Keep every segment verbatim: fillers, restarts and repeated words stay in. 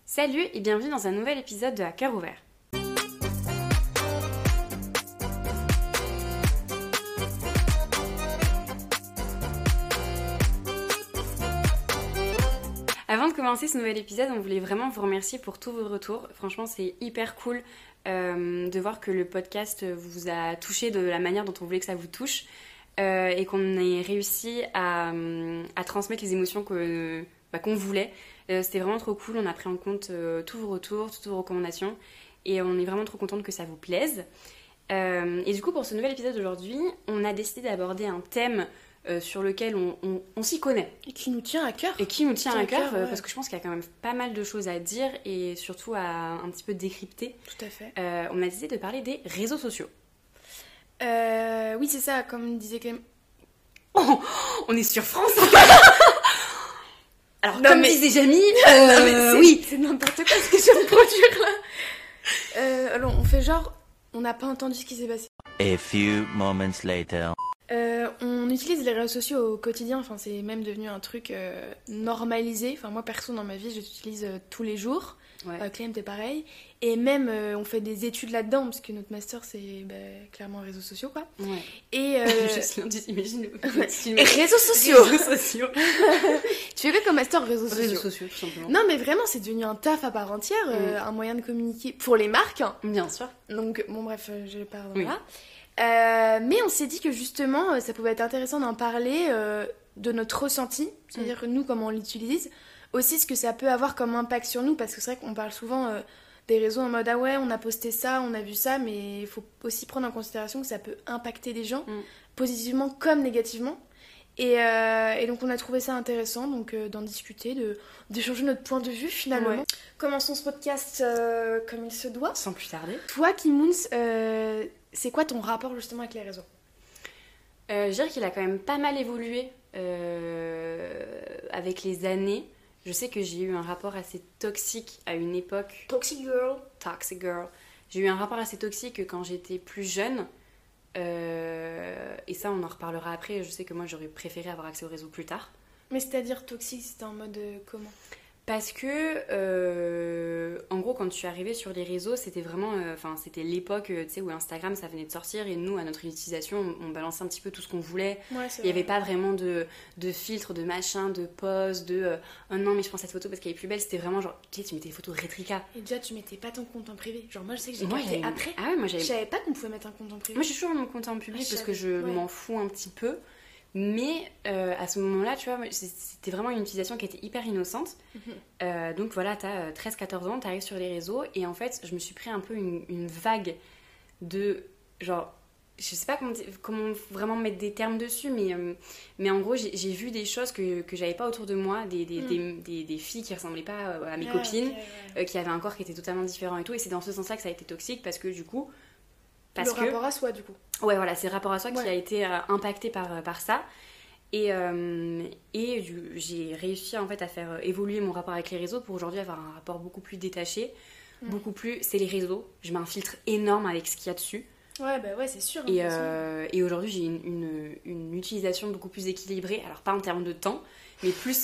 Salut et bienvenue dans un nouvel épisode de À Cœur Ouvert. Avant de commencer ce nouvel épisode, on voulait vraiment vous remercier pour tous vos retours. Franchement, c'est hyper cool euh, de voir que le podcast vous a touché de la manière dont on voulait que ça vous touche euh, et qu'on ait réussi à, à transmettre les émotions que, bah, qu'on voulait. Euh, c'était vraiment trop cool, on a pris en compte euh, tous vos retours, toutes vos recommandations et on est vraiment trop contente que ça vous plaise. Euh, et du coup, pour ce nouvel épisode d'aujourd'hui, on a décidé d'aborder un thème Euh, sur lequel on, on, on s'y connaît. Et qui nous tient à cœur. Et qui nous tient à cœur, euh, ouais. parce que je pense qu'il y a quand même pas mal de choses à dire et surtout à un petit peu décrypter. Tout à fait. Euh, on a décidé de parler des réseaux sociaux. Euh, oui, c'est ça, comme disait Clem. Oh, on est sur France. Alors, non, comme mais... disait Jamie, euh, non, mais c'est, oui. C'est n'importe quoi ce que je viens de produire là. Euh, alors, on fait genre, on n'a pas entendu ce qui s'est passé. A few moments later. Euh, on utilise les réseaux sociaux au quotidien, enfin c'est même devenu un truc euh, normalisé. Enfin moi perso dans ma vie je l'utilise euh, tous les jours. Ouais. Euh, Clem t'es pareil. Et même euh, on fait des études là-dedans parce que notre master c'est bah, clairement réseaux sociaux quoi. Ouais. Et euh... je t'imagine. Et réseaux sociaux. Réseaux sociaux. Tu fais quoi comme master réseaux sociaux? Réseaux sociaux tout simplement. Non mais vraiment c'est devenu un taf à part entière, mm. euh, un moyen de communiquer pour les marques. Hein. Bien sûr. Donc bon bref euh, je pars dans oui. là. Euh, mais on s'est dit que justement ça pouvait être intéressant d'en parler euh, de notre ressenti, c'est-à-dire mm. nous comment on l'utilise, aussi ce que ça peut avoir comme impact sur nous, parce que c'est vrai qu'on parle souvent euh, des réseaux en mode ah ouais on a posté ça, on a vu ça, mais il faut aussi prendre en considération que ça peut impacter des gens, mm. positivement comme négativement. Et, euh, et donc on a trouvé ça intéressant donc, euh, d'en discuter, de, d'échanger notre point de vue finalement. Ouais. Commençons ce podcast euh, comme il se doit. Sans plus tarder. Toi Kimoons, euh, c'est quoi ton rapport justement avec les réseaux? euh, Je dirais qu'il a quand même pas mal évolué euh, avec les années. Je sais que j'ai eu un rapport assez toxique à une époque. Toxic girl. Toxic girl. J'ai eu un rapport assez toxique quand j'étais plus jeune. Euh, et ça, on en reparlera après. Je sais que moi, j'aurais préféré avoir accès au réseau plus tard. Mais c'est-à-dire toxique, c'était en mode euh, comment? Parce que, euh, en gros, quand je suis arrivée sur les réseaux, c'était vraiment, enfin, euh, c'était l'époque, tu sais, où Instagram, ça venait de sortir, et nous, à notre utilisation, on, on balançait un petit peu tout ce qu'on voulait. Ouais, il n'y avait pas vraiment de, de filtre, de machin, de pose, de euh, oh non, mais je prends cette photo parce qu'elle est plus belle. C'était vraiment genre, tu sais, tu mettais des photos rétrica. Et déjà, tu mettais pas ton compte en privé. Genre, moi, je sais que j'ai moi, capté après. Ah ouais, moi, j'avais... Je savais pas qu'on pouvait mettre un compte en privé. Moi, j'ai toujours mon compte en public ah, parce que je ouais. m'en fous un petit peu. Mais euh, à ce moment-là, tu vois, c'était vraiment une utilisation qui était hyper innocente. Mm-hmm. Euh, donc voilà, t'as treize quatorze ans, t'arrives sur les réseaux et en fait, je me suis pris un peu une, une vague de genre, je sais pas comment, comment vraiment mettre des termes dessus, mais, euh, mais en gros, j'ai, j'ai vu des choses que, que j'avais pas autour de moi, des, des, mm. des, des, des filles qui ressemblaient pas à mes yeah, copines, okay, ouais. euh, qui avaient un corps qui était totalement différent et tout. Et c'est dans ce sens-là que ça a été toxique parce que du coup... Parce le que... rapport à soi, du coup. Ouais, voilà, c'est le rapport à soi ouais. qui a été euh, impacté par, par ça. Et, euh, et du, j'ai réussi en fait à faire évoluer mon rapport avec les réseaux pour aujourd'hui avoir un rapport beaucoup plus détaché, mmh. beaucoup plus... C'est les réseaux, je mets un filtre énorme avec ce qu'il y a dessus. Ouais, bah ouais, c'est sûr. Et, euh, et aujourd'hui, j'ai une, une, une utilisation beaucoup plus équilibrée. Alors, pas en termes de temps, mais plus...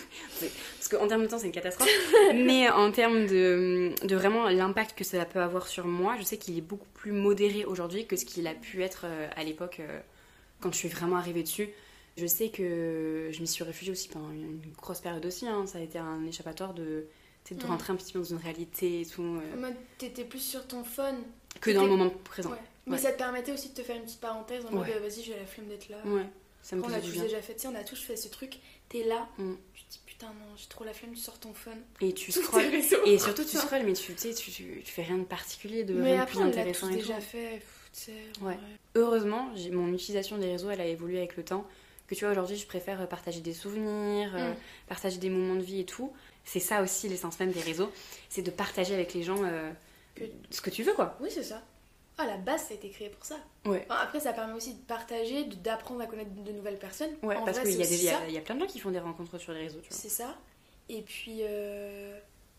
Parce qu'en termes de temps, c'est une catastrophe. Mais en termes de, de vraiment l'impact que ça peut avoir sur moi, je sais qu'il est beaucoup plus modéré aujourd'hui que ce qu'il a pu être à l'époque euh, quand je suis vraiment arrivée dessus. Je sais que je m'y suis réfugiée aussi pendant une grosse période aussi. Hein. Ça a été un échappatoire de, de mmh. rentrer un petit peu dans une réalité et tout. Euh... En mode, t'étais plus sur ton phone. Que dans le moment présent. Ouais. Mais ouais. ça te permettait aussi de te faire une petite parenthèse en mode ouais. vas-y, j'ai la flemme d'être là. Ouais, ça me Quand faisait on a du tous bien. déjà fait, tu sais, on a tous fait ce truc, t'es là, mm. tu te dis putain, non, j'ai trop la flemme, tu sors ton phone. Et tu scrolles. Et surtout, tu scrolles, mais tu sais, tu, tu, tu fais rien de particulier, de mais rien de après, plus intéressant. Mais et déjà tout. fait, tu sais. Ouais. ouais. Heureusement, j'ai, mon utilisation des réseaux, elle a évolué avec le temps. Que tu vois, aujourd'hui, je préfère partager des souvenirs, mm. euh, partager des moments de vie et tout. C'est ça aussi l'essence même des réseaux, c'est de partager avec les gens euh, que... ce que tu veux, quoi. Oui, c'est ça. Ah, la base, ça a été créé pour ça. Ouais. Enfin, après, ça permet aussi de partager, de, d'apprendre à connaître de nouvelles personnes. Ouais, en parce vrai, qu'il y a, des, y, a, y a plein de gens qui font des rencontres sur les réseaux, tu vois. C'est ça. Et puis, euh...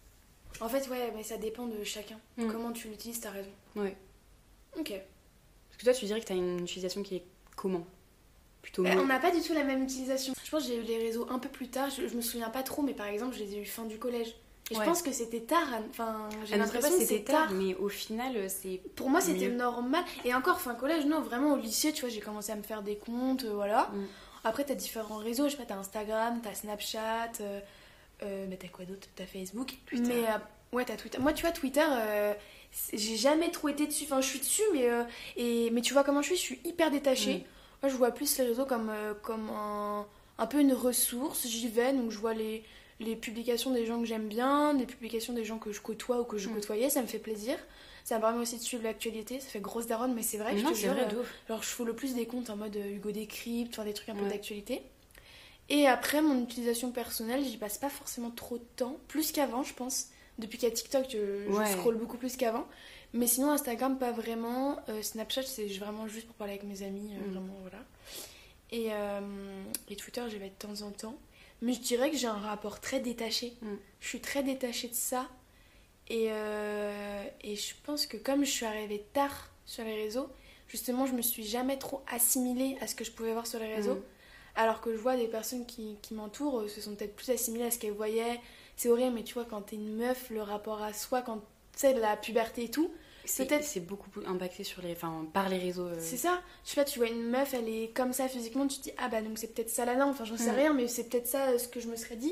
en fait, ouais, mais ça dépend de chacun. Mm. Comment tu l'utilises, t'as raison. Ouais. Ok. Parce que toi, tu dirais que t'as une utilisation qui est comment? Plutôt euh, on n'a pas du tout la même utilisation. Je pense que j'ai eu les réseaux un peu plus tard. Je, je me souviens pas trop, mais par exemple, je les ai eu fin du collège. Et Ouais. je pense que c'était tard, enfin j'ai À notre l'impression époque, que c'était c'est tard, tard. mais au final, euh, c'est. Pour moi c'était mieux. normal. Et encore, fin collège, non, vraiment au lycée, tu vois, j'ai commencé à me faire des comptes, euh, voilà. Mm. Après t'as différents réseaux, je sais pas, t'as Instagram, t'as Snapchat, euh, euh, mais t'as quoi d'autre? T'as Facebook. Twitter. Mais euh, ouais, t'as Twitter. Moi tu vois, Twitter, euh, c'est- j'ai jamais trop été dessus, enfin je suis dessus, mais, euh, et, mais tu vois comment je suis, je suis hyper détachée. Mm. Moi je vois plus les réseaux comme, euh, comme un, un peu une ressource, j'y vais, donc je vois les, les publications des gens que j'aime bien, des publications des gens que je côtoie ou que je Mm. côtoyais, ça me fait plaisir. Ça me permet aussi de suivre l'actualité, ça fait grosse daronne, mais c'est vrai, je Non, te c'est jure, vrai, euh, de ouf. genre je follow plus des comptes en mode euh, Hugo Décrypte, enfin des trucs un peu Ouais. d'actualité. Et après, mon utilisation personnelle, j'y passe pas forcément trop de temps, plus qu'avant, je pense. Depuis qu'il y a TikTok, je, je Ouais. scroll beaucoup plus qu'avant. Mais sinon, Instagram, pas vraiment. Euh, Snapchat, c'est vraiment juste pour parler avec mes amis, euh, Mm. vraiment, voilà. Et, euh, et Twitter, j'y vais de temps en temps. Mais je dirais que j'ai un rapport très détaché. Mm. Je suis très détachée de ça. Et, euh, et je pense que comme je suis arrivée tard sur les réseaux, justement, je me suis jamais trop assimilée à ce que je pouvais voir sur les réseaux. Mm. Alors que je vois des personnes qui, qui m'entourent euh, se sont peut-être plus assimilées à ce qu'elles voyaient. C'est horrible, mais tu vois, quand t'es une meuf, le rapport à soi, quand tu sais, la puberté et tout, C'est Peut-être- c'est beaucoup plus impacté sur les, enfin, par les réseaux. euh. c'est ça. Je sais pas, tu vois une meuf, elle est comme ça physiquement, tu te dis, ah bah donc c'est peut-être ça là, non, enfin j'en sais Mm. rien, mais c'est peut-être ça euh, ce que je me serais dit.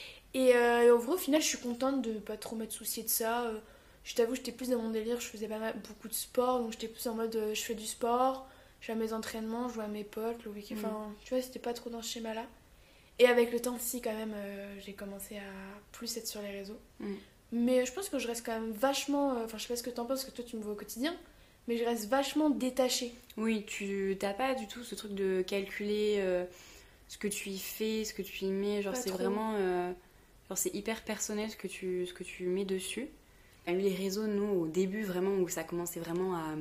Et euh, au vrai, au final, je suis contente de pas trop m'être souciée de ça. Euh, Je t'avoue, j'étais plus dans mon délire, je faisais pas mal- beaucoup de sport, donc j'étais plus en mode euh, je fais du sport, je vais à mes entraînements, je vois mes potes le week-end. Mm. Enfin, tu vois, c'était pas trop dans ce schéma-là. Et avec le temps, si, quand même, euh, j'ai commencé à plus être sur les réseaux. Mm. Mais je pense que je reste quand même vachement. euh, Enfin, je sais pas ce que t'en penses, parce que toi, tu me vois au quotidien, mais je reste vachement détachée. Oui, tu t'as pas du tout ce truc de calculer euh, ce que tu y fais, ce que tu y mets. Genre, Pas c'est trop. vraiment. euh, genre, c'est hyper personnel ce que tu, ce que tu mets dessus. Il y a eu les réseaux, nous, au début, vraiment, où ça commençait vraiment à,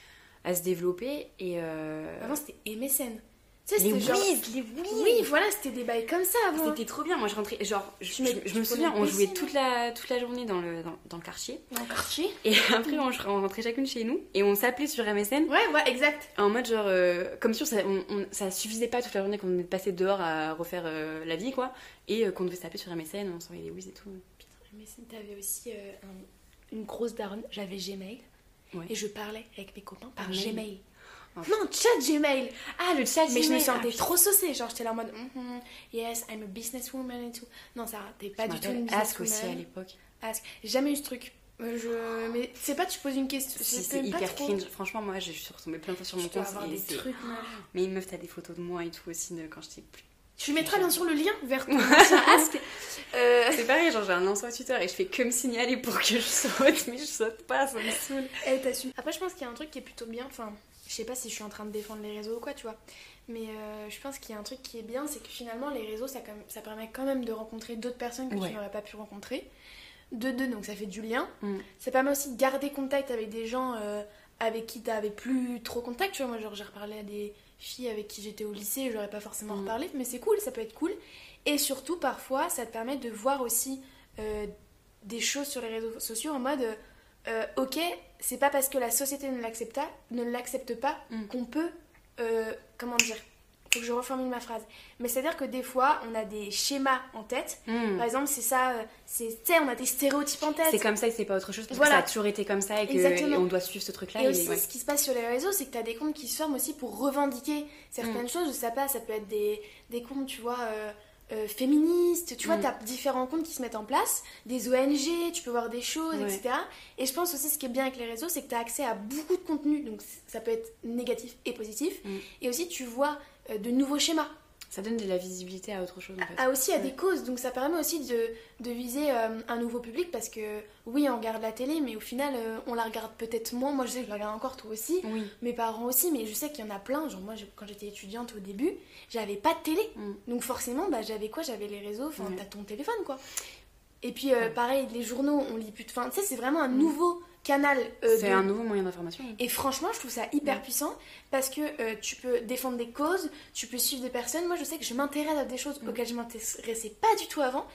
à se développer. Et. euh, Avant, c'était M S N. Tu sais, les c'était genre. whiz, les whiz. Oui, voilà, c'était des bails comme ça avant. C'était trop bien. Moi, je rentrais. Genre, je, Tu mets- je- je tu me souviens, prenais on le jouait P C, toute la, toute la journée dans le, dans, dans le quartier. Dans le quartier. Et après, on, on rentrait chacune chez nous. Et on s'appelait sur M S N. Ouais, ouais, exact. En mode genre, euh, comme si on, ça, on- on- ça suffisait pas toute la journée qu'on venait de passer dehors à refaire euh, la vie, quoi. Et euh, qu'on devait s'appeler sur M S N, on s'envoyait des whiz et tout. M S N, t'avais aussi euh, un- une grosse daronne. J'avais Gmail. Ouais. Et je parlais avec mes copains par Par mail. Gmail. Oh. Non, chat Gmail. Ah, le chat Mais je me Gmail. sentais Ah, trop saucée. Genre, j'étais là en mode, Mhm, yes, I'm a businesswoman et tout. Non, ça, t'es pas je du tout une m'appelle Ask aussi à businesswoman. l'époque. Ask. J'ai jamais eu ce truc. Euh, Je... Mais c'est pas, tu poses une question. Si, je c'est peux pas hyper trop. cringe. Franchement, moi, je suis retombée plein de fois sur Je mon dois compte. avoir et des c'est- trucs, meuf. Mais meuf, t'as des photos de moi et tout aussi de quand j'étais plus. Tu mettras bien sûr le lien vers ton ancien Ask. Euh, C'est pareil, genre j'ai un ancien Twitter et je fais que me signaler pour que je saute, mais je saute pas, ça me saoule. Elle t'assume. Après, je pense qu'il y a un truc qui est plutôt bien. Enfin, je sais pas si je suis en train de défendre les réseaux ou quoi, tu vois. Mais euh, je pense qu'il y a un truc qui est bien, c'est que finalement, les réseaux, ça, quand même- ça permet quand même de rencontrer d'autres personnes que Ouais. tu n'aurais pas pu rencontrer. De deux, donc ça fait du lien. Mm. Ça permet aussi de garder contact avec des gens euh, avec qui t'avais plus trop contact. Tu vois, moi, genre, j'ai reparlé à des filles avec qui j'étais au lycée et j'aurais pas forcément Mm. reparlé, mais c'est cool, ça peut être cool. Et surtout, parfois, ça te permet de voir aussi euh, des choses sur les réseaux sociaux en mode euh, ok, c'est pas parce que la société ne l'accepte pas, ne l'accepte pas Mm. qu'on peut. euh, comment dire Faut que je reformule ma phrase. Mais c'est-à-dire que des fois, on a des schémas en tête. Mm. Par exemple, c'est ça, euh, c'est, tu sais, on a des stéréotypes en tête. C'est comme ça et c'est pas autre chose parce Voilà. que ça a toujours été comme ça et que Exactement. et on doit suivre ce truc-là. Et et aussi, ouais. ce qui se passe sur les réseaux, c'est que tu as des comptes qui se forment aussi pour revendiquer certaines Mm. choses. Je sais pas, ça peut être des, des comptes, tu vois, euh, euh, féministes. Tu vois, Mm. tu as différents comptes qui se mettent en place, des O N G, tu peux voir des choses, Ouais. et cetera. Et je pense aussi, ce qui est bien avec les réseaux, c'est que tu as accès à beaucoup de contenu. Donc, ça peut être négatif et positif. Mm. Et aussi, tu vois euh, de nouveaux schémas. Ça donne de la visibilité à autre chose en fait. Ah, aussi à Ouais. des causes, donc ça permet aussi de, de viser euh, un nouveau public parce que oui, on regarde la télé, mais au final, euh, on la regarde peut-être moins. Moi, je sais que je la regarde encore, toi aussi. Oui. Mes parents aussi, mais je sais qu'il y en a plein. Genre, moi, je- quand j'étais étudiante au début, j'avais pas de télé. Mm. Donc, forcément, bah, j'avais quoi J'avais les réseaux, enfin, Ouais. t'as ton téléphone, quoi. Et puis, euh, Ouais. pareil, les journaux, on lit plus de. Enfin, tu sais, c'est vraiment un nouveau canal. euh, C'est de- un nouveau moyen d'information. Et franchement, je trouve ça hyper Ouais. puissant parce que euh, tu peux défendre des causes, tu peux suivre des personnes. Moi, je sais que je m'intéresse à des choses Mm. auxquelles je m'intéressais pas du tout avant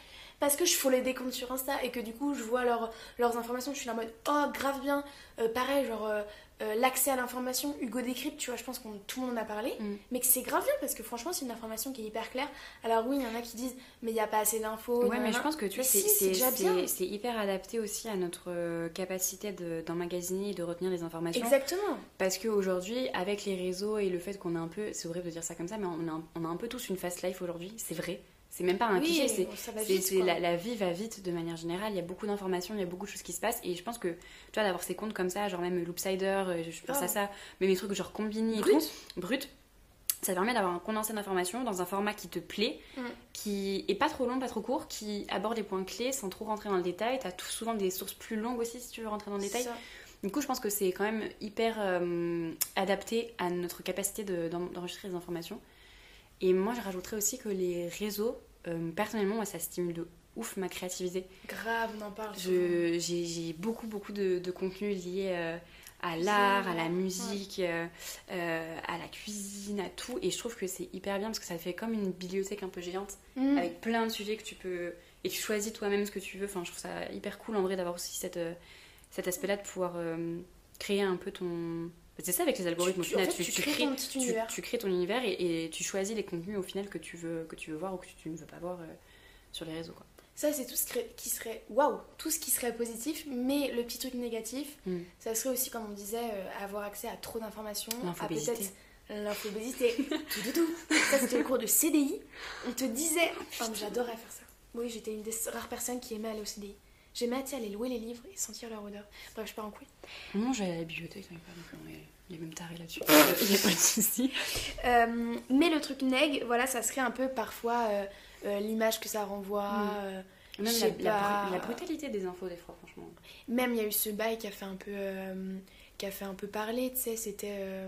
parce que je follow des comptes sur Insta et que du coup je vois leur, leurs informations, je suis là en mode oh grave bien. Euh, pareil, genre euh, euh, l'accès à l'information, Hugo Décrypte, tu vois, je pense que tout le monde en a parlé, mm. mais que c'est grave bien parce que franchement c'est une information qui est hyper claire. Alors oui, il y en a qui disent mais il n'y a pas assez d'infos. Ouais, mais je pense que tu vois, c'est, si, c'est, déjà bien. C'est, c'est hyper adapté aussi à notre euh, capacité de, d'emmagasiner et de retenir les informations. Exactement. Parce qu'aujourd'hui, avec les réseaux et le fait qu'on a un peu, c'est horrible de dire ça comme ça, mais on a un, on a un peu tous une fast life aujourd'hui, c'est vrai. C'est même pas un oui, cliché, c'est, c'est, vite, c'est la, la vie va vite de manière générale, il y a beaucoup d'informations, il y a beaucoup de choses qui se passent, et je pense que, tu vois, d'avoir ces comptes comme ça, genre même Loopsider, je pense oh. à ça, mais mes trucs genre Combini et brut. tout, brut, ça permet d'avoir un condensé d'informations dans un format qui te plaît, mm. qui est pas trop long, pas trop court, qui aborde les points clés sans trop rentrer dans le détail, t'as tout, souvent des sources plus longues aussi si tu veux rentrer dans le détail. Ça. Du coup, je pense que c'est quand même hyper euh, adapté à notre capacité de, d'enregistrer les informations. Et moi, je rajouterais aussi que les réseaux, euh, personnellement, moi, ça stimule de ouf ma créativité. Grave, on en parle. Je, j'ai, j'ai beaucoup, beaucoup de, de contenu lié euh, à l'art, à la musique, ouais. euh, euh, à la cuisine, à tout. Et je trouve que c'est hyper bien parce que ça fait comme une bibliothèque un peu géante mmh. avec plein de sujets que tu peux... Et tu choisis toi-même ce que tu veux. Enfin, je trouve ça hyper cool, en vrai, d'avoir aussi cette, euh, cet aspect-là de pouvoir euh, créer un peu ton... C'est ça avec les algorithmes, tu, au final, en fait, tu, tu, tu, crées crées, ton petit univers. Tu, tu crées ton univers et, et tu choisis les contenus au final que tu veux, que tu veux voir ou que tu ne veux pas voir euh, sur les réseaux, quoi. Ça, c'est tout ce qui serait waouh, tout ce qui serait positif, mais le petit truc négatif, mm. ça serait aussi, comme on disait, euh, avoir accès à trop d'informations, à peut-être l'infobésité. tout, tout, tout. Ça, c'était le cours de C D I. On te disait, oh, mais j'adorais faire ça. Oui, j'étais une des rares personnes qui aimait aller au C D I. J'aimais aller louer les livres et sentir leur odeur. Bref, je pars en couille. Non, j'allais à la bibliothèque, il y a même taré là-dessus. Il n'y a pas de souci. Euh, mais le truc neg, voilà, ça serait un peu parfois euh, euh, l'image que ça renvoie. Mm. Euh, même la, la, la brutalité des infos, des fois, franchement. Même il y a eu ce bail qui a fait un peu, euh, qui a fait un peu parler, tu sais, c'était euh,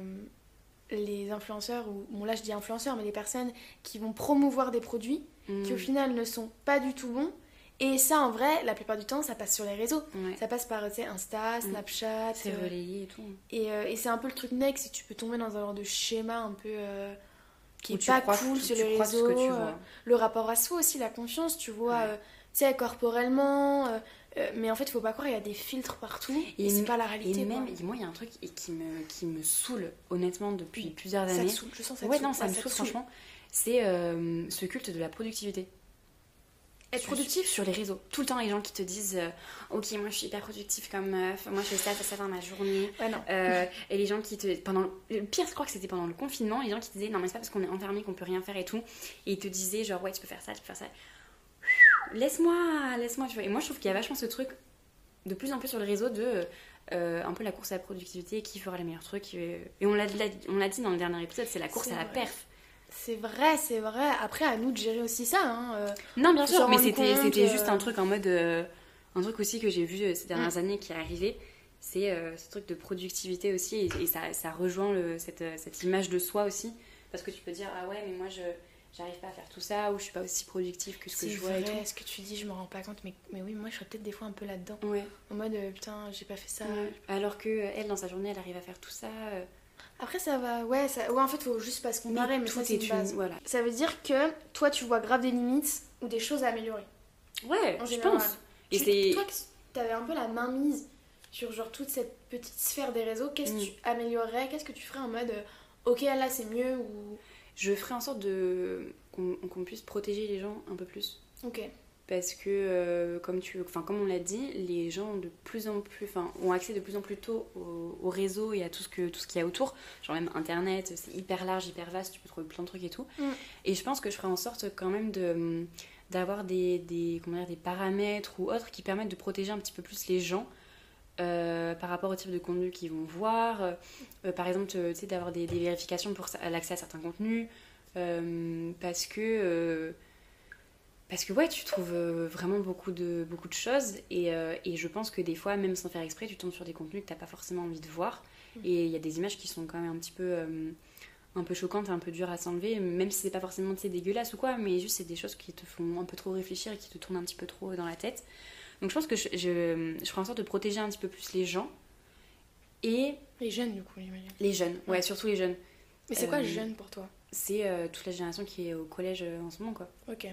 les influenceurs, ou bon là je dis influenceurs, mais les personnes qui vont promouvoir des produits mm. qui au final ne sont pas du tout bons. Et ça, en vrai, la plupart du temps, ça passe sur les réseaux. Ouais. Ça passe par, tu sais, Insta, Snapchat. C'est euh, relayé et tout. Et, euh, et c'est un peu le truc next, si tu peux tomber dans un genre de schéma un peu euh, qui est pas cool sur les réseaux. Euh, le rapport à soi aussi, la confiance, tu vois, ouais. euh, tu sais, corporellement. Euh, euh, mais en fait, il faut pas croire, il y a des filtres partout. Et, et c'est pas la réalité. Et même, et moi, il y a un truc qui me, qui me saoule, honnêtement, depuis plusieurs années. Ça te saoule, je sens ça te ouais, saoule. non, ça ouais, me ça saoule, saoule. franchement. C'est euh, ce culte de la productivité. Être productif sur les réseaux. Tout le temps, les gens qui te disent euh, ok, moi je suis hyper productif comme meuf, moi je fais ça, ça, ça dans ma journée. Ouais, non. Euh, et les gens qui te. Pendant le pire, je crois que c'était pendant le confinement, les gens qui te disaient non, mais c'est pas parce qu'on est enfermé qu'on peut rien faire et tout. Et ils te disaient genre ouais, tu peux faire ça, tu peux faire ça. Laisse-moi, laisse-moi, tu vois. Et moi je trouve qu'il y a vachement ce truc de plus en plus sur les réseaux de. Euh, un peu la course à la productivité, qui fera les meilleurs trucs. Et on l'a, on l'a dit dans le dernier épisode, c'est la course c'est à la vrai. perf. C'est vrai, c'est vrai. Après, à nous de gérer aussi ça. Hein. Euh, non, bien sûr, mais c'était, compte, c'était euh... juste un truc en mode... Euh, un truc aussi que j'ai vu euh, ces dernières mm. années qui est arrivé. C'est euh, ce truc de productivité aussi. Et, et ça, ça rejoint le, cette, cette image de soi aussi. Parce que tu peux dire, ah ouais, mais moi, je j'arrive pas à faire tout ça. Ou je suis pas aussi productive que ce c'est que je vois vrai, et tout. Ce que tu dis, je me rends pas compte. Mais, mais oui, moi, je serais peut-être des fois un peu là-dedans. Ouais. En mode, euh, putain, j'ai pas fait ça. Ouais. Alors qu'elle, dans sa journée, elle arrive à faire tout ça... Euh... Après ça va, ouais, ça... ouais en fait faut juste pas se comparer, mais, mais ça c'est une base. Une... Voilà. Ça veut dire que toi tu vois grave des limites ou des choses à améliorer. Ouais, en je général. pense. Et tu, c'est... Toi t'avais un peu la main mise sur genre toute cette petite sphère des réseaux, qu'est-ce mm. que tu améliorerais, qu'est-ce que tu ferais en mode euh, ok là c'est mieux ou... Je ferais en sorte de qu'on, qu'on puisse protéger les gens un peu plus. Ok. Parce que, euh, comme, tu, enfin, comme on l'a dit, les gens ont, de plus en plus, enfin, ont accès de plus en plus tôt au, au réseau et à tout ce, que, tout ce qu'il y a autour. Genre même Internet, c'est hyper large, hyper vaste, tu peux trouver plein de trucs et tout. Mm. Et je pense que je ferais en sorte quand même de, d'avoir des, des, comment dire, des paramètres ou autres qui permettent de protéger un petit peu plus les gens euh, par rapport au type de contenu qu'ils vont voir. Euh, par exemple, tu sais, d'avoir des, des vérifications pour l'accès à certains contenus. Euh, parce que... Euh, Parce que ouais, tu trouves vraiment beaucoup de, beaucoup de choses et, euh, et je pense que des fois, même sans faire exprès, tu tombes sur des contenus que t'as pas forcément envie de voir. Mmh. Et il y a des images qui sont quand même un petit peu, euh, un peu choquantes et un peu dures à s'enlever, même si c'est pas forcément dégueulasse ou quoi, mais juste c'est des choses qui te font un peu trop réfléchir et qui te tournent un petit peu trop dans la tête. Donc je pense que je, je, je ferai en sorte de protéger un petit peu plus les gens et... Les jeunes du coup, j'imagine. Les jeunes, ouais, ouais, surtout les jeunes. Mais c'est euh, quoi jeune pour toi ? C'est euh, toute la génération qui est au collège euh, en ce moment, quoi. Ok.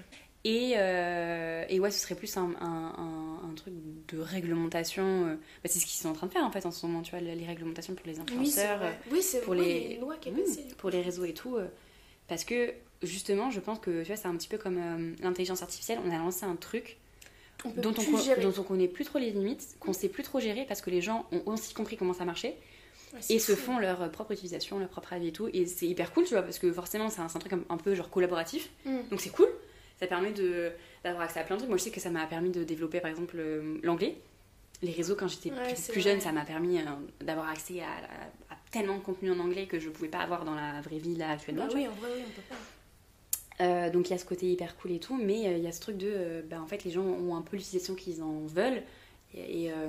Et, euh, et ouais, ce serait plus un, un, un, un truc de réglementation. euh, bah, c'est ce qu'ils sont en train de faire en fait en ce moment, tu vois, les réglementations pour les Oui, c'est influenceurs, vrai. Oui, c'est pour vrai. les- Il y a une loi qui est oui, passée. pour les réseaux et tout. euh, parce que justement, je pense que tu vois, c'est un petit peu comme euh, l'intelligence artificielle. On a lancé un truc On peut dont on, plus co- gérer. dont on connaît plus trop les limites, qu'on sait plus trop gérer parce que les gens ont aussi compris comment ça marchait Ouais, c'est et se fou. font leur propre utilisation, leur propre avis et tout. Et c'est hyper cool, tu vois, parce que forcément, c'est un, c'est un truc un, un peu genre collaboratif. Mm. Donc c'est cool. Ça permet de, d'avoir accès à plein de trucs. Moi, je sais que ça m'a permis de développer, par exemple, euh, l'anglais. Les réseaux, quand j'étais Ouais, plus, c'est plus vrai. jeune, ça m'a permis euh, d'avoir accès à, à- à tellement de contenu en anglais que je pouvais pas avoir dans la vraie vie là actuellement. Bah tu vois. oui, en vrai, oui, on peut pas. Euh, donc il y a ce côté hyper cool et tout, mais euh, il y a ce truc de, euh, bah, en fait, les gens ont un peu l'utilisation qu'ils en veulent. Et, et, euh,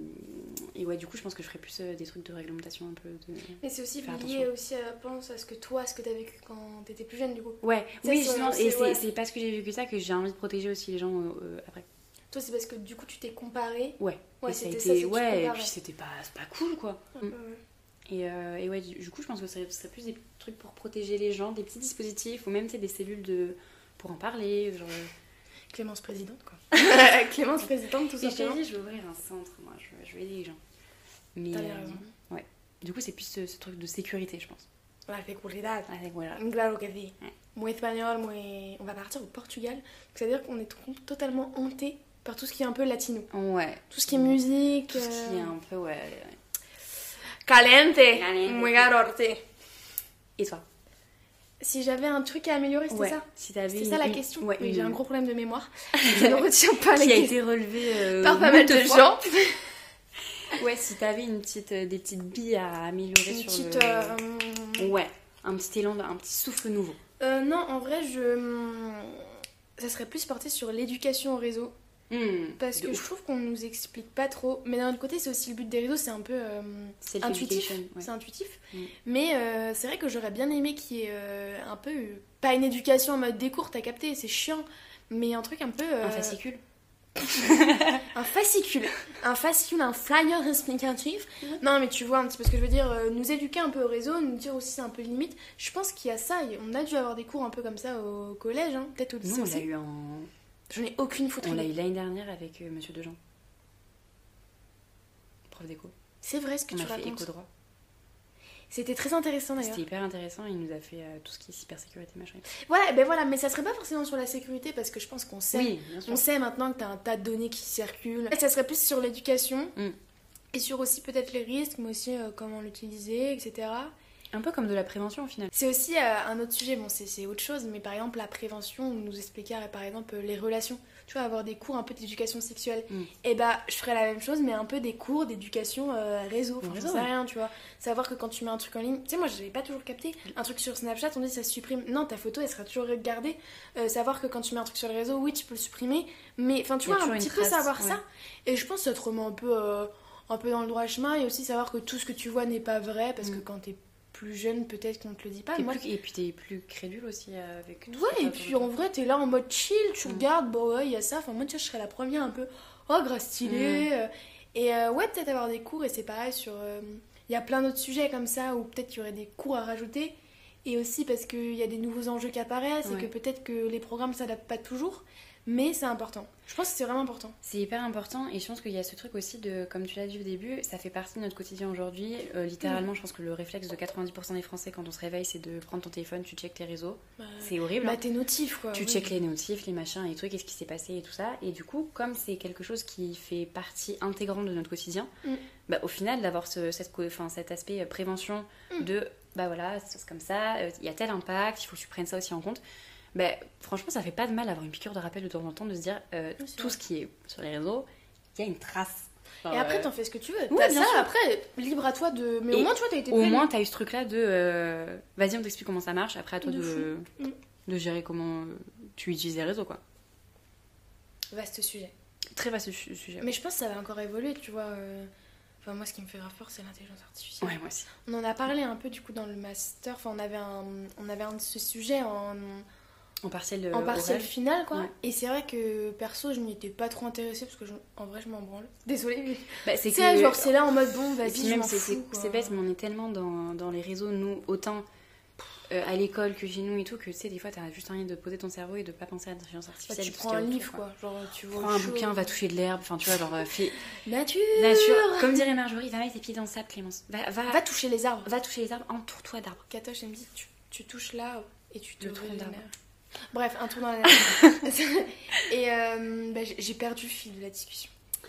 et ouais, du coup, je pense que je ferais plus euh, des trucs de réglementation un peu. De... Mais c'est aussi Faire lié attention. aussi, à, pense, à ce que toi, ce que t'as vécu quand t'étais plus jeune, du coup. Ouais, Ça, oui, c'est- justement, c'est- et c'est, ouais. c'est parce que j'ai vécu ça que j'ai envie de protéger aussi les gens euh, euh, après. Toi, c'est parce que du coup, tu t'es comparé. Ouais, Ouais, et ça a c'était été, ça, c'est que tu ouais, et comparais. puis c'était pas, c'est pas cool quoi. Ouais, Mm. ouais. Et, euh, et ouais, du, du coup, je pense que ce serait, ce serait plus des trucs pour protéger les gens, des petits dispositifs, ou même tu sais, des cellules de, pour en parler. Genre... Clémence présidente, quoi. Clémence présidente, tout Et je t'ai simplement. dit, je vais ouvrir un centre, moi, je, veux- je vais aider les gens. Mais, T'as euh, raison. ouais. Du coup, c'est plus ce, ce truc de sécurité, je pense. La seguridad. Avec, voilà. Claro que sí. Ouais. Muy espagnol, muy... On va partir au Portugal. Donc, c'est-à-dire qu'on est t- totalement hanté par tout ce qui est un peu latino. Ouais. Tout ce qui est musique. Tout ce qui est euh, un peu, ouais. Caliente. Caliente. Muy garorte. Et toi? Si j'avais un truc à améliorer, c'était Ouais. ça Si t'avais C'était une- ça la une- question ouais, Oui, une- j'ai un gros problème de mémoire. Je ne retiens pas les qui a questions. été relevé euh, Par pas mal moult de fois. gens. Ouais, si t'avais une petite, euh, des petites billes à améliorer Une sur petite... le... euh, Ouais, un petit élan, un petit souffle nouveau. euh, non, en vrai, je... Ça serait plus porté sur l'éducation au réseau. Hmm, Parce de que ouf. je trouve qu'on nous explique pas trop. Mais d'un autre côté, c'est aussi le but des réseaux, c'est un peu euh, intuitif. Self-education, ouais. C'est intuitif. Mm. Mais euh, c'est vrai que j'aurais bien aimé qu'il y ait euh, un peu. euh, pas une éducation en mode des cours, t'as capté, c'est chiant. Mais un truc un peu. euh, Un fascicule. un fascicule. Un fascicule, un flyer explicatif. Non, mais tu vois un petit peu ce que je veux dire. euh, nous éduquer un peu au réseau, nous dire aussi c'est un peu limite. Je pense qu'il y a ça. et On a dû avoir des cours un peu comme ça au collège, hein, peut-être au lycée Nous, on l'a aussi. eu en... J'en ai aucune On foutre. l'a eu l'année dernière avec euh, Monsieur Dejean. Prof d'éco. C'est vrai ce que On tu a fait racontes. éco-droit. C'était très intéressant d'ailleurs. C'était hyper intéressant. Il nous a fait euh, tout ce qui est cybersécurité, machin. Voilà, ben voilà, mais ça serait pas forcément sur la sécurité parce que je pense qu'on sait. Oui, bien sûr. On sait maintenant que t'as un tas de données qui circulent. Et ça serait plus sur l'éducation Mm. et sur aussi peut-être les risques, mais aussi euh, comment l'utiliser, et cetera. Un peu comme de la prévention au final. C'est aussi euh, un autre sujet, bon c'est c'est autre chose, mais par exemple la prévention, on nous expliquer par exemple les relations. Tu vois, avoir des cours un peu d'éducation sexuelle. Mm. Et bah je ferais la même chose, mais un peu des cours d'éducation euh, réseau. Enfin, Réseau, j'en sais ouais. rien, tu vois. Savoir que quand tu mets un truc en ligne, tu sais, moi j'avais pas toujours capté. Un truc sur Snapchat, on dit ça se supprime. Non, ta photo elle sera toujours regardée. Euh, savoir que quand tu mets un truc sur le réseau, oui, tu peux le supprimer. Mais enfin, tu Il y a vois, un toujours petit une peu trace, savoir ouais. ça. Et je pense que ça te remet un peu, euh, un peu dans le droit chemin. Et aussi savoir que tout ce que tu vois n'est pas vrai, parce que Mm. quand t'es plus jeune, peut-être qu'on te le dit pas. T'es Moi, plus- Et puis t'es plus crédule aussi euh, avec tout ouais, ce que et t'as puis autour en de vrai, t'es là en mode chill, tu Mm. regardes, bon ouais, il y a ça. Enfin, moi, tu vois, je serais la première un peu, oh, grâce stylé. euh, Et euh, ouais, peut-être avoir des cours, et c'est pareil sur. euh, Il y a plein d'autres sujets comme ça où peut-être il y aurait des cours à rajouter. Et aussi parce qu'il y a des nouveaux enjeux qui apparaissent Ouais. et que peut-être que les programmes s'adaptent pas toujours. Mais c'est important. Je pense que c'est vraiment important. C'est hyper important et je pense qu'il y a ce truc aussi de, comme tu l'as dit au début, ça fait partie de notre quotidien aujourd'hui. Euh, littéralement, je pense que le réflexe de quatre-vingt-dix pour cent des Français quand on se réveille, c'est de prendre ton téléphone, tu checkes tes réseaux. Bah, C'est horrible. bah hein. tes notifs, quoi. Tu oui. checkes les notifs, les machins, les trucs, qu'est-ce qui s'est passé et tout ça. Et du coup, comme c'est quelque chose qui fait partie intégrante de notre quotidien, Mm. bah, au final, d'avoir ce, cette, co- enfin, cet aspect euh, prévention Mm. de, bah voilà, c'est comme ça, euh, il y a tel impact, il faut que tu prennes ça aussi en compte. Bah, franchement, ça fait pas de mal d'avoir une piqûre de rappel de temps en temps, de se dire, euh, Oui, c'est tout vrai. ce qui est sur les réseaux, il y a une trace. Genre, Et après, euh, t'en fais ce que tu veux. oui, T'as bien ça, sûr. après, libre à toi de. Mais au Et moins, tu vois, t'as été au prévenu. moins, t'as eu ce truc-là de, euh, vas-y, on t'explique comment ça marche, après à toi De de, fou. Mm. de gérer comment euh, tu utilises les réseaux, quoi. Vaste sujet. Très vaste su- sujet. Mais je pense que ça va encore évoluer, tu vois. euh. Enfin, moi, ce qui me fait grave peur, c'est l'intelligence artificielle. Ouais, moi aussi. On en a parlé un peu, du coup, dans le master. Enfin, on avait un, on avait un de ce sujet en, En partiel, euh, en partiel oral. final, quoi. Ouais. Et c'est vrai que, perso, je n'y étais pas trop intéressée, parce que, je- en vrai, je m'en branle. Désolée, mais... Bah, c'est C'est ça, que- genre, c'est là en mode, bon, Et vas-y, puis je même, m'en c'est, fous, c'est, quoi. c'est bête, mais on est tellement dans, dans les réseaux, nous, autant. euh, à l'école que chez nous et tout, que tu sais, des fois, t'as juste envie de poser ton cerveau et de pas penser à l'intelligence Bah, artificielle. tu tout ce prends qu'il y a un autour, livre, quoi. Genre, tu vois Prends un bouquin, va toucher de l'herbe, enfin, tu vois, genre, euh, fais... Nature Nature. Comme dirait Marjorie, va mettre tes pieds dans le sable, Clémence. Va, va, Va toucher les arbres. va toucher les arbres, entoure-toi d'arbres. Katoche, elle me dit, tu, tu touches là et tu te Le tronc régénères. d'arbre. Bref, un trou dans la nature. Et euh, bah, j'ai j'ai perdu le fil de la discussion.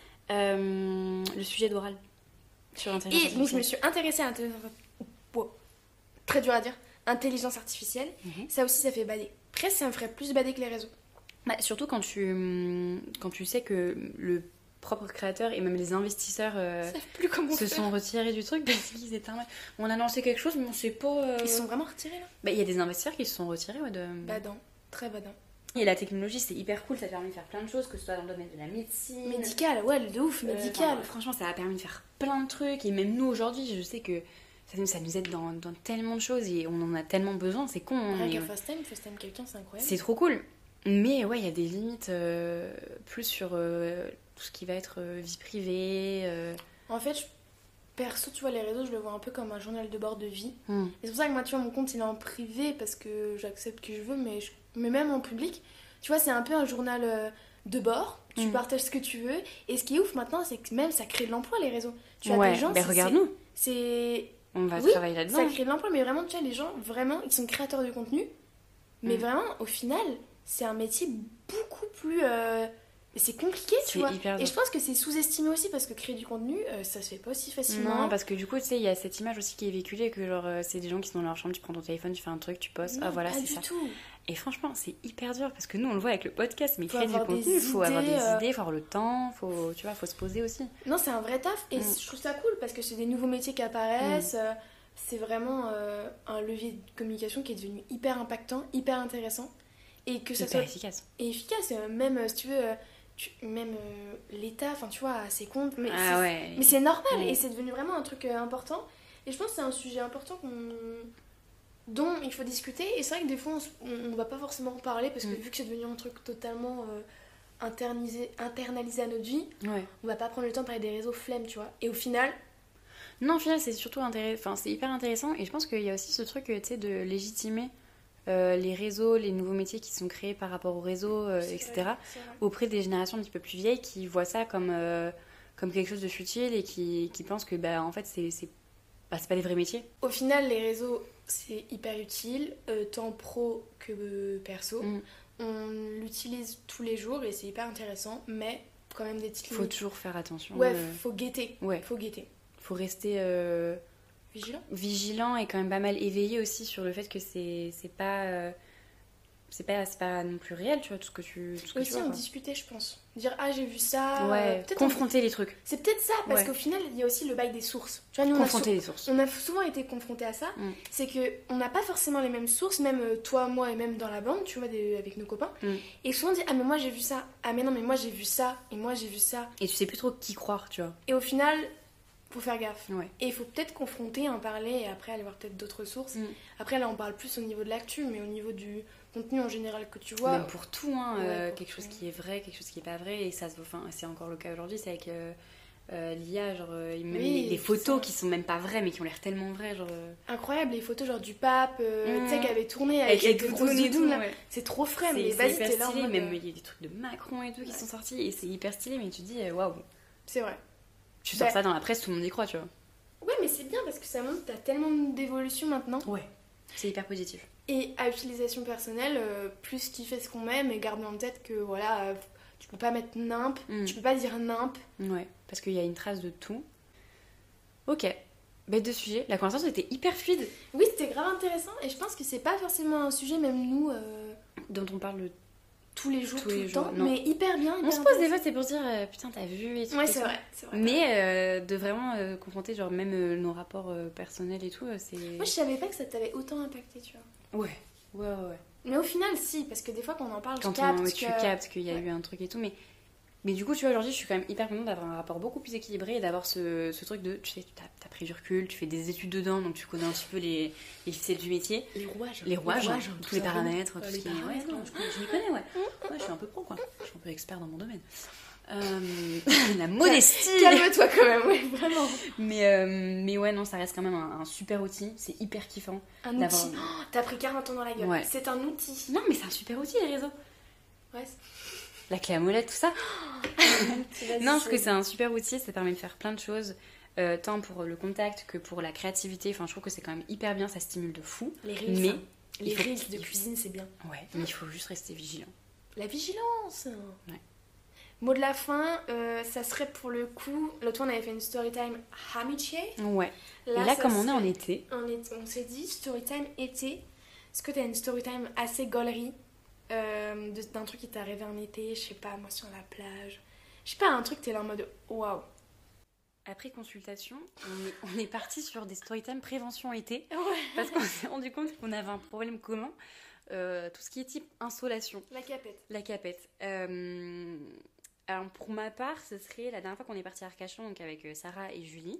Euh, le sujet d'oral sur l'intelligence Et donc, je artificielle. me suis intéressée à l'intelligence artificielle. Wow. Très dur à dire. Intelligence artificielle. Mhm. Ça aussi, ça fait bader. Presque, ça me ferait plus bader que les réseaux. Bah, surtout quand tu, quand tu sais que le propre créateur et même les investisseurs euh, Ils savent plus comment se faire. sont retirés du truc parce qu'ils étaient en mode, on a lancé quelque chose mais on sait pas... euh, Ils sont vraiment retirés là. Bah, il y a des investisseurs qui se sont retirés ouais, de... Badant. Très badant. Et la technologie c'est hyper cool, ça permet de faire plein de choses, que ce soit dans le domaine de la médecine... Médical, ouais, de ouf, Euh, médical. enfin, franchement, ça a permis de faire plein de trucs. Et même nous, aujourd'hui, je sais que ça nous, ça nous aide dans, dans tellement de choses. Et on en a tellement besoin. C'est con. hein, Rien mais, qu'à euh, First Time, First Time quelqu'un, c'est incroyable. c'est trop cool. Mais ouais, il y a des limites euh, plus sur euh, tout ce qui va être euh, vie privée. euh. En fait, je- perso, tu vois, les réseaux, je le vois un peu comme un journal de bord de vie. Hmm. Et c'est pour ça que moi, tu vois, mon compte, il est en privé parce que j'accepte que je veux, mais, je- mais même en public, tu vois, c'est un peu un journal euh, de bord. Tu Mm. partages ce que tu veux. Et ce qui est ouf maintenant, c'est que même ça crée de l'emploi, les réseaux. Tu as Ouais, des gens, ben c'est- regarde-nous. c'est... On va Oui, travailler là-dedans. Ça crée de l'emploi, mais vraiment, tu vois, les gens, vraiment, ils sont créateurs de contenu. Mais Mm. vraiment, au final, c'est un métier beaucoup plus... euh, C'est compliqué, tu C'est vois. hyper Et dur. je pense que c'est sous-estimé aussi parce que créer du contenu, euh, ça se fait pas aussi facilement. Non, parce que du coup, tu sais, il y a cette image aussi qui est véhiculée que genre, euh, c'est des gens qui sont dans leur chambre, tu prends ton téléphone, tu fais un truc, tu postes, Non, ah voilà, pas c'est du ça. tout. Et franchement, c'est hyper dur parce que nous, on le voit avec le podcast, mais Faut créer du avoir des contenu, il faut avoir des idées, euh. idées, faut avoir le temps, faut, tu vois, faut se poser aussi. Non, c'est un vrai taf et Mm. je trouve ça cool parce que c'est des nouveaux métiers qui apparaissent. euh, C'est vraiment euh, un levier de communication qui est devenu hyper impactant, hyper intéressant et que ça Hyper soit efficace. et efficace. euh, Même euh, si tu veux, euh, tu- même euh, l'État, enfin tu vois, a ses comptes. Mais Ah c'est- ouais. mais c'est normal Mm. et c'est devenu vraiment un truc euh, important. Et je pense que c'est un sujet important qu'on dont il faut discuter. Et c'est vrai que des fois, on, s- on, on va pas forcément en parler parce que Mm. vu que c'est devenu un truc totalement euh, internalisé, internalisé à notre vie, Ouais. on va pas prendre le temps de parler des réseaux flemme, tu vois. Et au final, Non, au final, c'est surtout intéressant, enfin, c'est hyper intéressant et je pense qu'il y a aussi ce truc, tu sais, de légitimer euh, les réseaux, les nouveaux métiers qui sont créés par rapport aux réseaux, euh, c'est et cetera, vrai, c'est vrai. auprès des générations un petit peu plus vieilles qui voient ça comme, euh, comme quelque chose de futile et qui, qui pensent que, bah, en fait, c'est, c'est, bah, c'est pas des vrais métiers. Au final, les réseaux, c'est hyper utile, euh, tant pro que euh, perso. Mm. On l'utilise tous les jours et c'est hyper intéressant, mais quand même des petites Faut limites. toujours faire attention. Ouais, euh, faut guetter. ouais. Faut guetter. Faut rester euh, Vigilant. vigilant et quand même pas mal éveillé aussi sur le fait que c'est, c'est pas. euh, c'est pas, c'est pas non plus réel, tu vois, tout ce que tu, tout ce que Aussi tu vois. en quoi. discuter, je pense. Dire, ah, j'ai vu ça. Ouais, Peut-être en- confronter les trucs. C'est peut-être ça, parce Ouais. qu'au final, il y a aussi le bail des sources. Tu vois, nous, on a, Confronter sou- les sources. on a souvent été confrontés à ça. Mm. C'est que on n'a pas forcément les mêmes sources, même euh, toi, moi et même dans la bande, tu vois, des- avec nos copains. Mm. Et souvent on dit, ah, mais moi j'ai vu ça. Ah, mais non, mais moi j'ai vu ça. Et moi j'ai vu ça. Et tu sais plus trop qui croire, tu vois. Et au final, faut faire gaffe. Ouais. Et il faut peut-être confronter, en parler et après aller voir peut-être d'autres sources. Mm. Après, là, on parle plus au niveau de l'actu, mais au niveau du contenu en général que tu vois. Même pour tout, hein, Ouais, euh, pour quelque tout. chose qui est vrai, quelque chose qui est pas vrai, et ça se enfin, c'est encore le cas aujourd'hui, c'est avec euh, euh, l'I A, genre euh, même Oui, les, les et puis photos ça. qui sont même pas vraies mais qui ont l'air tellement vraies, genre euh, Incroyable, les photos genre du pape, euh, Mm. tu sais, qui avait tourné avec, les deux grosses et doudounes, tout, là. ouais. C'est trop frais, C'est mais c'est vas-y, hyper t'es là en stylé, mode, même euh, il y a des trucs de Macron et tout qui sont sortis, et c'est hyper stylé, mais tu te dis euh, waouh, C'est vrai. tu sors Bah. ça dans la presse, tout le monde y croit, tu vois. Ouais, mais c'est bien parce que ça montre que t'as tellement d'évolution maintenant. Ouais. C'est hyper positif. Et à utilisation personnelle, euh, plus kiffer ce qu'on met, mais garder en tête que voilà, euh, tu peux pas mettre nimp, Mm. tu peux pas dire nimp. Ouais, parce qu'il y a une trace de tout. Ok, bête de sujet, la conversation était hyper fluide, Oui, c'était grave intéressant et je pense que c'est pas forcément un sujet, même nous, euh, dont on parle tous les jours, Tous tout les le jours, temps, non. mais hyper bien. On hyper se pose des intéressant. fois, c'est pour se dire euh, putain, t'as vu et tout. Ouais, et c'est tout. vrai, c'est vrai. Mais euh, de vraiment euh, confronter genre même euh, nos rapports euh, personnels et tout, euh, c'est. Moi, je savais pas que ça t'avait autant impacté, tu vois. Ouais, ouais, ouais. ouais. Mais au final, si, parce que des fois, quand on en parle, Quand je capte on, ouais, que... tu captes qu'il y a Ouais. eu un truc et tout, mais. Mais du coup, tu vois, aujourd'hui, je suis quand même hyper contente d'avoir un rapport beaucoup plus équilibré et d'avoir ce, ce truc de, tu sais, t'as as pris du recul, tu fais des études dedans, donc tu connais un petit peu les, les ficelles du métier, Les rouages. les rouages, hein, tout tous les ça, paramètres, euh, tout les ce qui est. Ouais, paramètres, non, hein. je, je m'y connais, ouais. Ouais, je suis un peu pro, quoi. Je suis un peu expert dans mon domaine. Euh, la modestie. Calme-toi quand même, ouais, vraiment. Mais, euh, mais ouais, non, ça reste quand même un, un super outil. C'est hyper kiffant. Un outil. Oh, t'as pris quarante ans dans la gueule. Ouais. C'est un outil. Non, mais c'est un super outil, les réseaux. Ouais. La clé à molette, tout ça. Non, je trouve que c'est un super outil. Ça permet de faire plein de choses. Euh, tant pour le contact que pour la créativité. Enfin, je trouve que c'est quand même hyper bien. Ça stimule de fou. Les reels, mais hein. Les faut... reels de cuisine, c'est bien. Ouais, mais il faut juste rester vigilant. La vigilance. Ouais. Mot de la fin, euh, ça serait pour le coup. L'autre fois, on avait fait une story time amitié. Ouais. Là, Et là, ça comme on est serait- en été, On, est- on s'est dit story time été. Est-ce que t'as une story time assez gaulerie euh, de- d'un truc qui t'est arrivé en été, je sais pas, moi sur la plage. Je sais pas, un truc, t'es là en mode waouh. après consultation, on est, on est parti sur des storytime prévention été. Ouais. Parce qu'on s'est rendu compte qu'on avait un problème commun. Euh, tout ce qui est type insolation. La capette. La capette. Euh, alors pour ma part, ce serait la dernière fois qu'on est parti à Arcachon, donc avec euh, Sarah et Julie.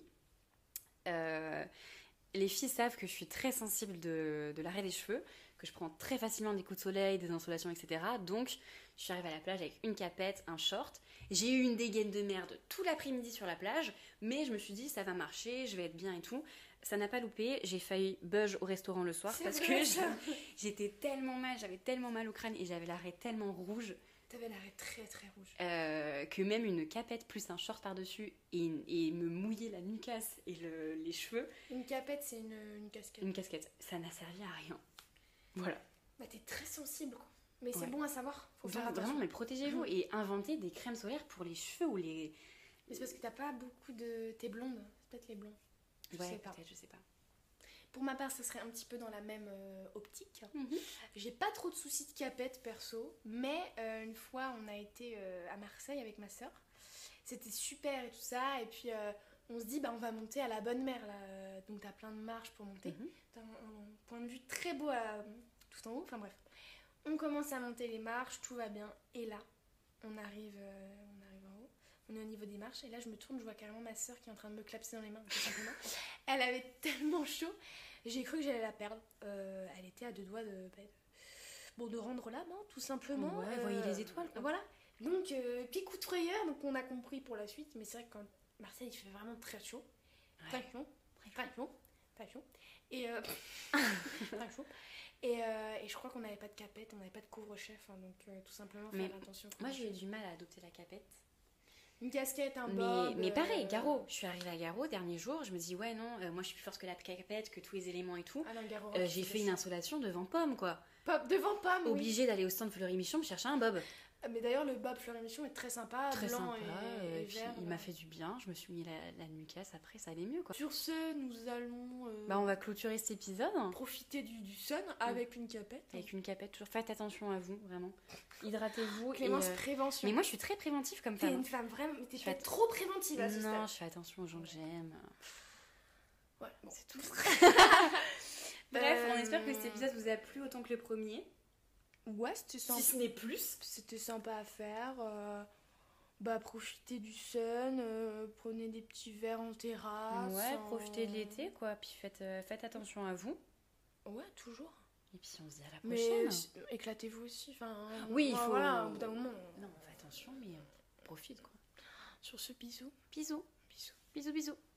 Euh, les filles savent que je suis très sensible de, de l'arrêt des cheveux, que je prends très facilement des coups de soleil, des insolations, et cetera. Donc je suis arrivée à la plage avec une capette, un short. J'ai eu une dégaine de merde tout l'après-midi sur la plage, mais je me suis dit ça va marcher, je vais être bien et tout. Ça n'a pas loupé, j'ai failli buzz au restaurant le soir C'est parce vrai, que ça. j'étais tellement mal, j'avais tellement mal au crâne et j'avais l'arrêt tellement rouge T'avais l'arrêt très très rouge. euh, que même une capette plus un short par-dessus et, et me mouiller la nucasse et le- les cheveux, Une capette, c'est une, une casquette. une casquette, ça n'a servi à rien. Voilà. Bah, t'es très sensible, quoi. Mais c'est Ouais. bon à savoir, faut faire Donc, attention. vraiment, mais protégez-vous et inventez des crèmes solaires pour les cheveux ou les... Mais c'est parce que t'as pas beaucoup de. T'es blonde, c'est peut-être les blonds. Je ouais, sais pas. peut-être, je sais pas. Pour ma part, ce serait un petit peu dans la même euh, optique. Mhm. J'ai pas trop de soucis de capette perso, mais euh, une fois on a été euh, à Marseille avec ma soeur. C'était super et tout ça, et puis euh, on se dit bah on va monter à la bonne mer là. Donc t'as plein de marches pour monter. Mhm. T'as un, un point de vue très beau à- tout en haut, enfin bref. On commence à monter les marches, tout va bien, et là on arrive, euh, on arrive en haut. On est au niveau des marches et là je me tourne, je vois carrément ma soeur qui est en train de me clapser dans les mains, tout simplement. Elle avait tellement chaud, j'ai cru que j'allais la perdre. Euh, elle était à deux doigts de, bah, de- bon, de rendre l'âme, hein, tout simplement. Ouais, voyez les étoiles, quoi. Voilà. Donc, euh, puis coup de frayeur, donc on a compris pour la suite, mais c'est vrai que quand Marseille il fait vraiment très chaud, très chaud, très chaud, très chaud, et euh, très chaud. Et, euh, et je crois qu'on n'avait pas de capette, on n'avait pas de couvre-chef, hein, donc euh, tout simplement faire Mais attention. Moi, j'ai eu du mal à adopter la capette. Une casquette, un Mais, bob. mais pareil, euh, Garo. Je suis arrivée à Garo, dernier jour, je me dis, ouais, non, euh, moi je suis plus forte que la capette, que tous les éléments et tout. Ah non, Garo, Euh, tu j'ai fais fait ça. une insolation devant Pomme, quoi. Pop, devant Pomme, oui. Obligée d'aller au stand Fleury Michon me chercher un bob. Mais d'ailleurs, le bob Fleury Michon est très sympa, Très blanc sympa. et, euh, et et puis, vert. il voilà. m'a fait du bien, je me suis mis la, la nucasse, après ça allait mieux, quoi. Sur ce, nous allons euh, Bah, on va clôturer cet épisode profiter du, du sun avec une capette. avec une capette. Toujours faites attention à vous, vraiment. Hydratez-vous. et, Clémence, euh, prévention. Mais moi, je suis très préventive comme T'es femme. une femme vraiment, mais t'es Je fais peut-être trop préventive à ce Non, stade. je fais attention aux gens que j'aime. Ouais, bon. C'est tout. Bref, on Euh, espère que cet épisode vous a plu autant que le premier. Ouais, c'était sympa. Si ce n'est plus. C'était sympa à faire. euh, Bah, profitez du sun, euh, prenez des petits verres en terrasse. Ouais, en- profitez de l'été, quoi. Puis faites, euh, faites attention à vous. Ouais, toujours. Et puis on se dit à la Mais prochaine. euh, éclatez-vous aussi. Enfin, Oui, il enfin, faut- Voilà, au bout d'un moment. Non, on fait attention, mais on profite, quoi. Sur ce, bisous. Bisous. Bisous. Bisous, bisous.